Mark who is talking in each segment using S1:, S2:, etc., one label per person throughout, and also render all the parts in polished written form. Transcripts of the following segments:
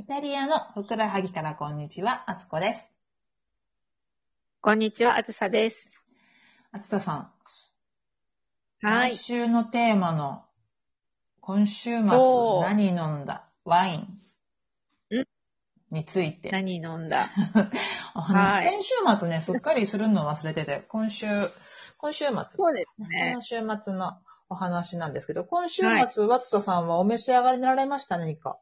S1: イタリアのふくらはぎからこんにちは、あつこです。
S2: こんにちは、あずさです。
S1: あつささん、来
S2: はい。
S1: 週のテーマの今週末
S2: そ
S1: 何飲んだワイン
S2: ん
S1: について
S2: 何飲んだ？はい。
S1: 先週末ね、すっかりするのを忘れてて、今週末、
S2: そうですね。
S1: この週末のお話なんですけど、今週
S2: はい。
S1: 末、わつささんはお召し上がりになられました何か？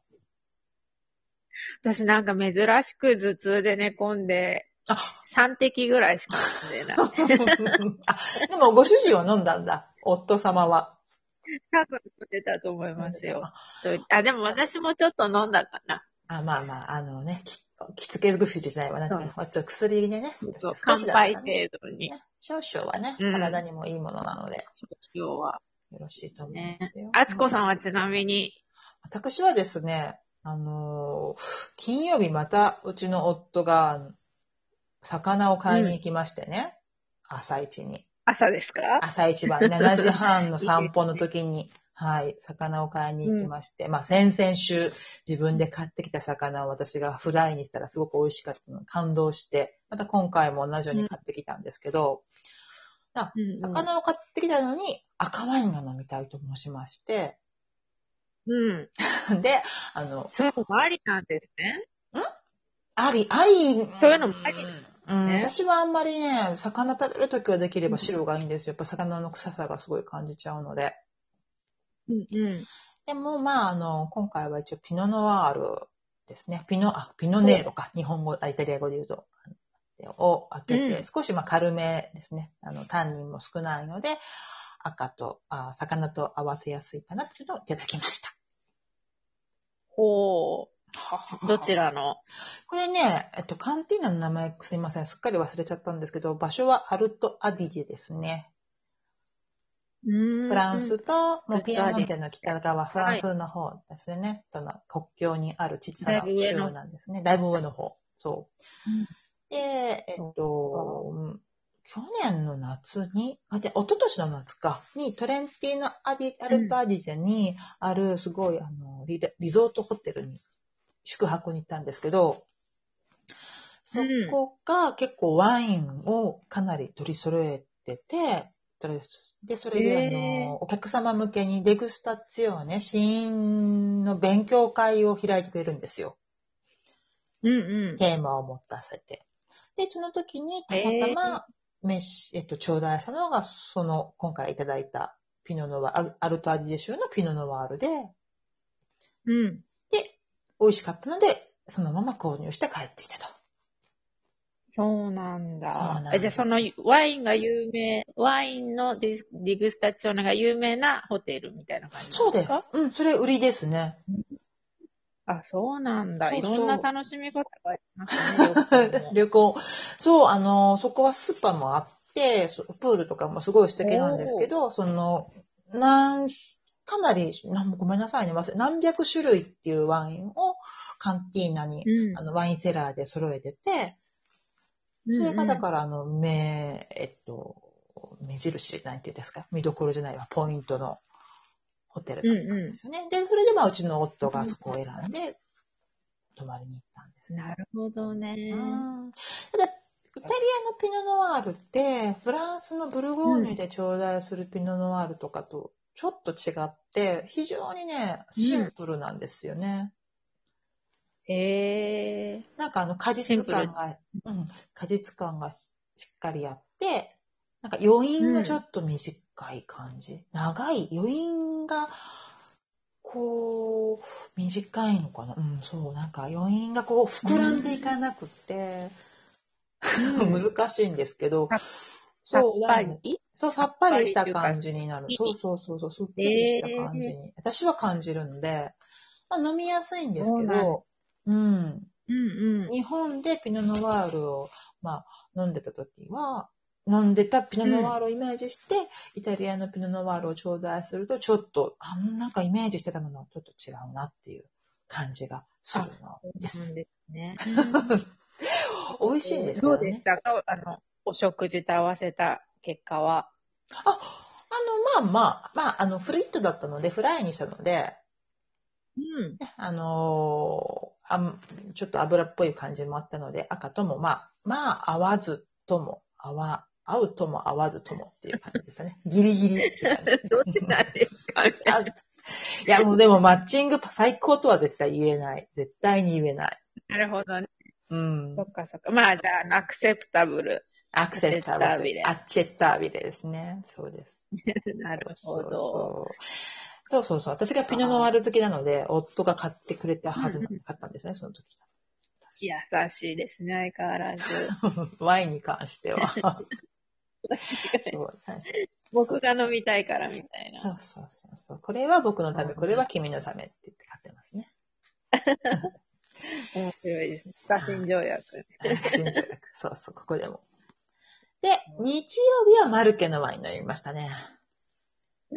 S2: 私なんか珍しく頭痛で寝込んで、
S1: あ、
S2: 3滴ぐらいしか飲んでない。
S1: あ、でもご主人は飲んだんだ。夫様は。
S2: 多分飲んでたと思い
S1: 飲んでた。
S2: ますよ。一人。あ、でも私もちょっと飲んだかな。
S1: まあまあ、きつけ薬じゃないわ。なんていうか、
S2: そう。
S1: ちょっと薬でね、として少し
S2: 乾杯
S1: だったらね、
S2: 程度に。
S1: 少々はね、
S2: うん。
S1: 体にもいいものなので、
S2: 少々は。
S1: よろしいと思いま
S2: ね。
S1: すよ。
S2: あつこさんはちなみに、
S1: 私はですね、金曜日またうちの夫が魚を買いに
S2: うん。
S1: 行きましてね、朝一に。
S2: 朝ですか？
S1: 朝一番、7時半の
S2: いいで
S1: 散歩の
S2: すね。
S1: 時に、はい、魚を買いに行き
S2: うん。
S1: まして、まあ、先々週、自分で買ってきた魚を私がフライにしたらすごく美味しかったので、感動して、また今回も同じように
S2: うん。
S1: 買ってきたんですけど、
S2: うん。
S1: 魚を買ってきたのに赤ワインが飲みたいと申しまして、
S2: うん。
S1: で、
S2: そういうのもありなんですね。
S1: あり、
S2: そういうのもありね。
S1: 私はあんまりね、魚食べるときはできれば白がいいんですよ。やっぱ魚の臭さがすごい感じちゃうので。
S2: うんうん。
S1: でも、まあ、今回は一応ピノノワールですね。ピノネー
S2: ほ
S1: ロか。日本語、イタリア語で言うと。を開
S2: う。う
S1: けて、
S2: ん。
S1: 少しまあ軽めですね。タンニンも少ないので、魚と合わせやすいかなというのをいただきました。
S2: ほ
S1: はは
S2: う。ど
S1: はは。
S2: ちらの？
S1: これね、カンティーナの名前すいません。すっかり忘れちゃったんですけど、場所はアルトアディジェですね。
S2: うーん。
S1: フランスと、もうピエ
S2: ルトアディ。
S1: モンテの北側、フラン
S2: はい。
S1: スの方ですね。との国境にある小さ
S2: だい
S1: な州
S2: ぶ上の。
S1: なんですね。だいぶ上の方。そう。
S2: うん。
S1: で、
S2: そうか。
S1: 去年の夏に、一昨年の夏か、にトレンティーノア
S2: うん。
S1: ルトアディジェにあるすごいリゾートホテルに宿泊に行ったんですけど、
S2: う
S1: そ
S2: ん。
S1: こが結構ワインをかなり取り揃えてて、それで
S2: ええ
S1: お客様向けにデグスタッツィオね、試飲の勉強会を開いてくれるんですよ。
S2: うんうん。
S1: テーマを持たせて。で、その時にたまた
S2: ええ
S1: ま、頂戴したのが、今回いただいたピノノワール、アルトアディジェ州のピノノワールで、
S2: うん。
S1: で、美味しかったので、そのまま購入して帰ってきたと。
S2: そうなん
S1: そう
S2: だ。じゃあその
S1: なんです。
S2: ワインが有名、ワインのディグスタチオーネが有名なホテルみたいな感じなんですか？
S1: そうです。うん、それ売りですね。
S2: うん。あ、そうなんだ。
S1: そう
S2: いろんな
S1: そ
S2: 楽しみ方がありますね、旅行
S1: う。
S2: も。
S1: 旅行。そう、そこはスーパーもあって、プールとかもすごい素敵なんです
S2: おー。
S1: けど、かなり、ごめんなさいね、何百種類っていうワインをカンティーナに、
S2: うん。
S1: ワインセラーで揃えてて、
S2: うん
S1: それがだ
S2: うん。
S1: から、目印、なんていうんですか、見どころじゃないわ、ポイントのホテル
S2: う
S1: だったんで
S2: ん
S1: すよね。で、それでまあ、うちの夫が
S2: うん。
S1: そこを選んで、泊まりに行ったんですね。
S2: なるほどね。
S1: ただ、イタリアのピノノワールって、フランスのブルゴーニュ
S2: うん。
S1: で頂戴するピノノワールとかとちょっと違って、非常にね、シン
S2: うん。
S1: プルなんですよね。
S2: へえ。
S1: なんか
S2: シンプル。
S1: 果実感がしっかりあって、なんか余韻がちょ
S2: うん。
S1: っと短い感じ。長い余韻が、こう、短いのかな。うん、そう、なんか余韻がこう
S2: う
S1: 膨らんでい
S2: ん。
S1: かなくって、
S2: うん。
S1: 難しいんですけど、
S2: さ、さっ
S1: そう、なので、
S2: ぱり
S1: そう、さ
S2: さっ
S1: っぱ
S2: ぱりというか、
S1: りした感
S2: すっ
S1: じになる。そう
S2: きり。
S1: そうそうそう、すっきりした感じ
S2: ええ。
S1: に、私は感じるんで、まあ飲みやすいんです
S2: そうなん。
S1: けど、うん。
S2: うんうん。
S1: 日本でピノノワールを、まあ、飲んでた時は、飲んでたピノ
S2: うん。
S1: ノワールをイメージして、イタリアのピノノワールを頂戴すると、ちょっと、なんかイメージしてたのとちょっと違うなっていう感じがす
S2: あ、
S1: るの
S2: そう
S1: です。
S2: なんですね。
S1: 美味しいんですけ
S2: どう
S1: どね。
S2: でしたか？お食事と合わせた結果は。
S1: フリットだったので、フライにしたので、
S2: うん。
S1: ちょっと油っぽい感じもあったので、赤とも、まあ、合わずとも、合うとも合わずともっていう感じでしたね。ギリギリって感じ。
S2: どっちなんですかみたいな。
S1: いや、もうでもマッチング最高とは絶対言えない。絶対に言えない。
S2: なるほどね。
S1: うん。
S2: そっかそっか。まあじゃあ、アクセプタブル。
S1: アクセプタブル。アッチェッタービレですね。そうです。
S2: なるほど。
S1: そう。私がピノノワール好きなので、夫が買ってくれたはずなので、買ったんですね、その時。
S2: 優しいですね、相変わらず。
S1: ワインに関しては。そう
S2: 僕が飲みたいからみたいな。
S1: そう。これは僕のため、これは君のためって言って買ってますね。
S2: 面白いですね。不可侵条約。
S1: 不可侵条約。そう、ここでも。で、日曜日はマルケのワイン飲みましたね。
S2: うん。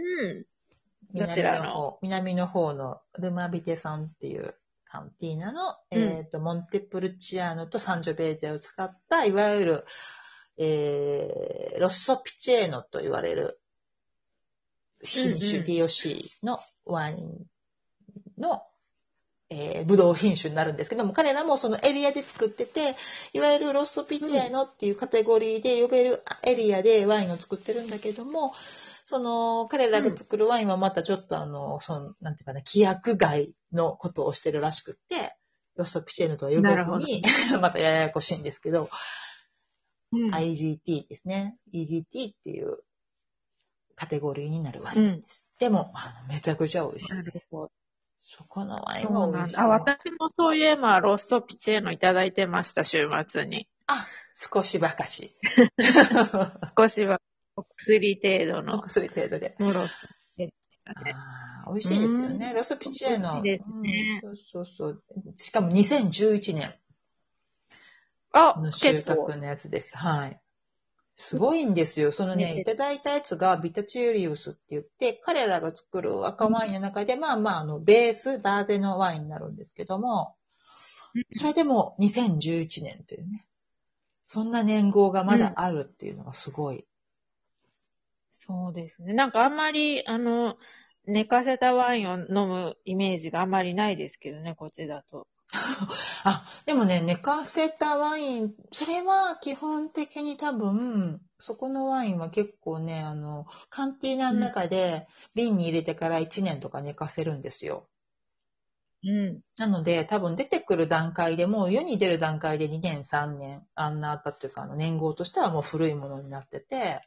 S2: どちらの
S1: 南の方のルマビテさんっていうカンティーナの、モンテプルチアーノとサンジョベーゼを使った、いわゆる、ロッソピチェーノと言われる品種、DOC のワインの、ブドウ品種になるんですけども、彼らもそのエリアで作ってて、いわゆるロッソピチェーノっていうカテゴリーで呼べるエリアでワインを作ってるんだけども、その、彼らが作るワインはまたちょっとなんていうかな、規約外のことをしてるらしくって、ロッソピチェーノとは呼べずに、またややこしいんですけど、IGT ですね。EGT っていうカテゴリーになるワインです。でも、めちゃくちゃ美味しいです。そこのワインは美味しい。
S2: 私もそういえばロッソピチェーノいただいてました、週末に。
S1: 少しばかし。
S2: 少しばかし。お薬程度の。
S1: お薬程度で。
S2: ロッソでしたね。
S1: 美味しいですよね。ロッソピチェーノ。
S2: 美味しいですね。
S1: そう。しかも2011年の収穫のやつです。はい。すごいんですよ。そのね、いただいたやつがビタチューリウスって言って、彼らが作る赤ワインの中で、ベース、バーゼのワインになるんですけども、それでも2011年というね、そんな年号がまだあるっていうのがすごい。
S2: そうですね。なんかあんまり、寝かせたワインを飲むイメージがあんまりないですけどね、こっちだと。
S1: でもね、寝かせたワイン、それは基本的に多分、そこのワインは結構ね、カンティーナの中で瓶に入れてから1年とか寝かせるんですよ。なので、多分出てくる段階でもう世に出る段階で2年、3年、あったっていうか、年号としてはもう古いものになってて、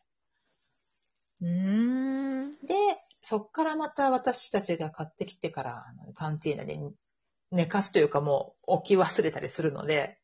S1: で、そっからまた私たちが買ってきてから、カンティーナで寝かすというかもう置き忘れたりするので、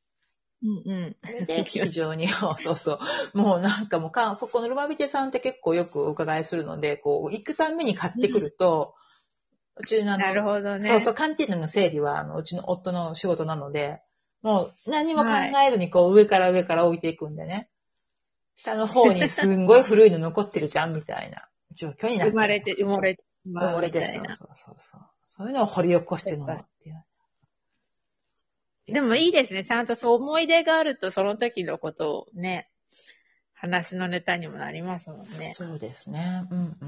S1: で、非常に、そう。もうなんかもうそこのルマビテさんって結構よくお伺いするので、こう、行くたんびに買ってくると、うちの
S2: なるほどね。
S1: カンティーナの整理は、うちの夫の仕事なので、もう何も考えずにこう上から置いていくんでね。下の方にすんごい古いの残ってるじゃんみたいな状況になって。
S2: 埋もれて、
S1: そう。そういうのを掘り起こして飲むっていう。
S2: でもいいですね。ちゃんとそう思い出があると、その時のことをね、話のネタにもなりますもんね。
S1: そうですね。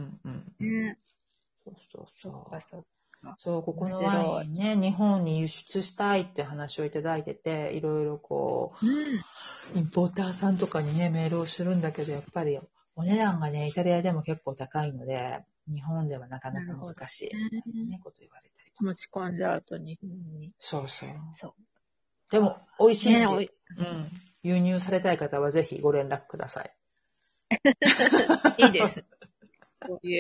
S1: そう、ここのワインね、日本に輸出したいって話をいただいてて、いろいろこう、インポーターさんとかにね、メールをするんだけど、やっぱりお値段がね、イタリアでも結構高いので、日本ではなかなか難しいみたいなね、こと言われたりとか。
S2: 持ち込んじゃうと日本に。
S1: そう。でも、美味しいんで、輸入されたい方はぜひご連絡ください。
S2: いいです。こういう。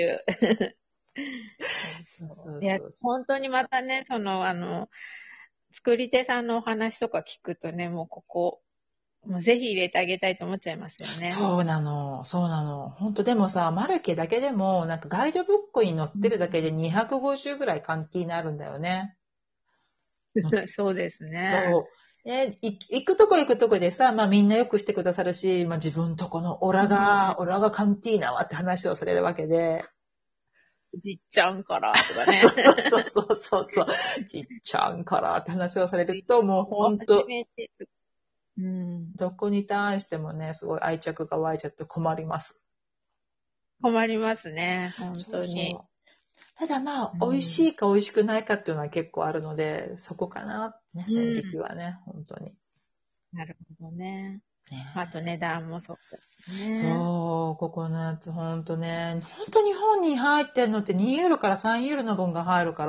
S2: いや、本当にまたね、作り手さんのお話とか聞くとね、もうここ、もうぜひ入れてあげたいと思っちゃいますよね。
S1: そうなの。本当でもさ、マルケだけでも、なんかガイドブックに載ってるだけで250ぐらいカンティーナあるんだよね。
S2: そうですね。
S1: そう。行くとこでさ、みんなよくしてくださるし、自分とこのオラがカンティーナはって話をされるわけで。
S2: じっちゃんからとかね。
S1: そう。じっちゃんからって話をされると、もう本当どこに対してもね、すごい愛着が湧いちゃって困ります。
S2: 困りますね、本当に。
S1: ただまあ、
S2: うん
S1: 美味しいか美味しくないかっていうのは結構あるので、そこかな、ね、線引きはね、本当に。
S2: なるほどね。
S1: ね、
S2: あと値段もそうですね。
S1: そう、ココナッツ、ほんとね、ほんと日本に入ってんのって2ユーロから3ユーロの分が入るから、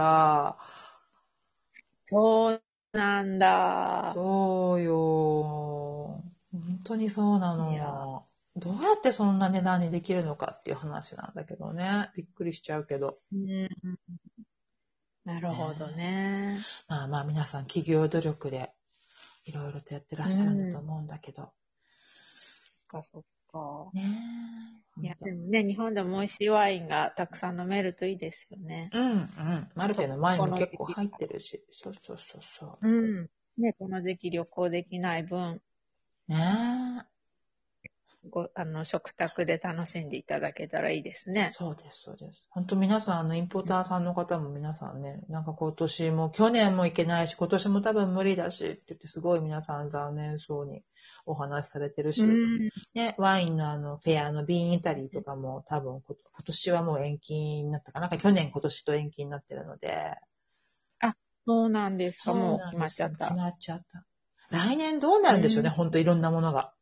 S2: そうなんだ。
S1: そうよ。本当にそうな
S2: いや、
S1: の。どうやってそんな値段にできるのかっていう話なんだけどね。びっくりしちゃうけど。
S2: うん、なるほど
S1: ね、
S2: ね。
S1: まあまあ皆さん企業努力でいろいろとやってらっ
S2: う
S1: しゃるんだと
S2: ん。
S1: 思うんだけど。
S2: そっか。
S1: ねえ。ほ
S2: いや、
S1: んと。
S2: でもね、日本でも美味しいワインがたくさん飲めるといいですよね。
S1: うんうん。マルテの前に
S2: こ
S1: も
S2: の時期。
S1: 結構入ってるし。そうそうそうそ
S2: うん。ね、この時期旅行できない分、
S1: う。ねえ。
S2: 食卓で楽しんでいただけたらいいですね。
S1: そうです、そうです。本当皆さん、インポーターさんの方も皆さんね、なんか今年も、去年も行けないし、今年も多分無理だしって言って、すごい皆さん残念そうにお話しされてる
S2: う
S1: し、
S2: ん。
S1: ね、ワインのフェアのビーンイタリーとかも多分今年はもう延期になったかな。なんか去年今年と延期になってるので、
S2: あ、そうなんですか。
S1: そう
S2: もう決まっ
S1: なんですよ。
S2: ちゃった。
S1: 決まっちゃった。来年どうなるんでしょうね、
S2: うん。
S1: 本当いろんなものが。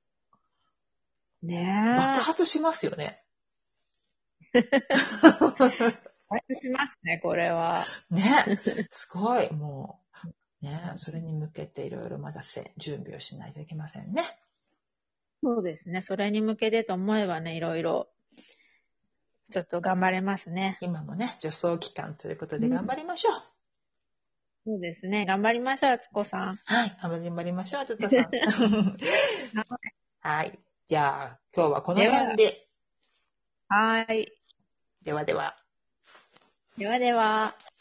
S1: 爆
S2: ね
S1: 発しますよね。
S2: え。開発しますね、これは。
S1: ね、すごい、もう。ね、それに向けていろいろまだ準備をしないといけませんね。
S2: そうですね。それに向けてと思えばね、いろいろ、ちょっと頑張れますね。
S1: 今もね、助走期間ということで
S2: うん。
S1: 頑張りましょう。
S2: そうですね。頑張りましょう、あつこさん。
S1: はい、頑張りましょう、ずっとさん。はい。じゃあ、今日はこの
S2: では、
S1: 辺で。
S2: はい。
S1: ではでは。
S2: ではでは。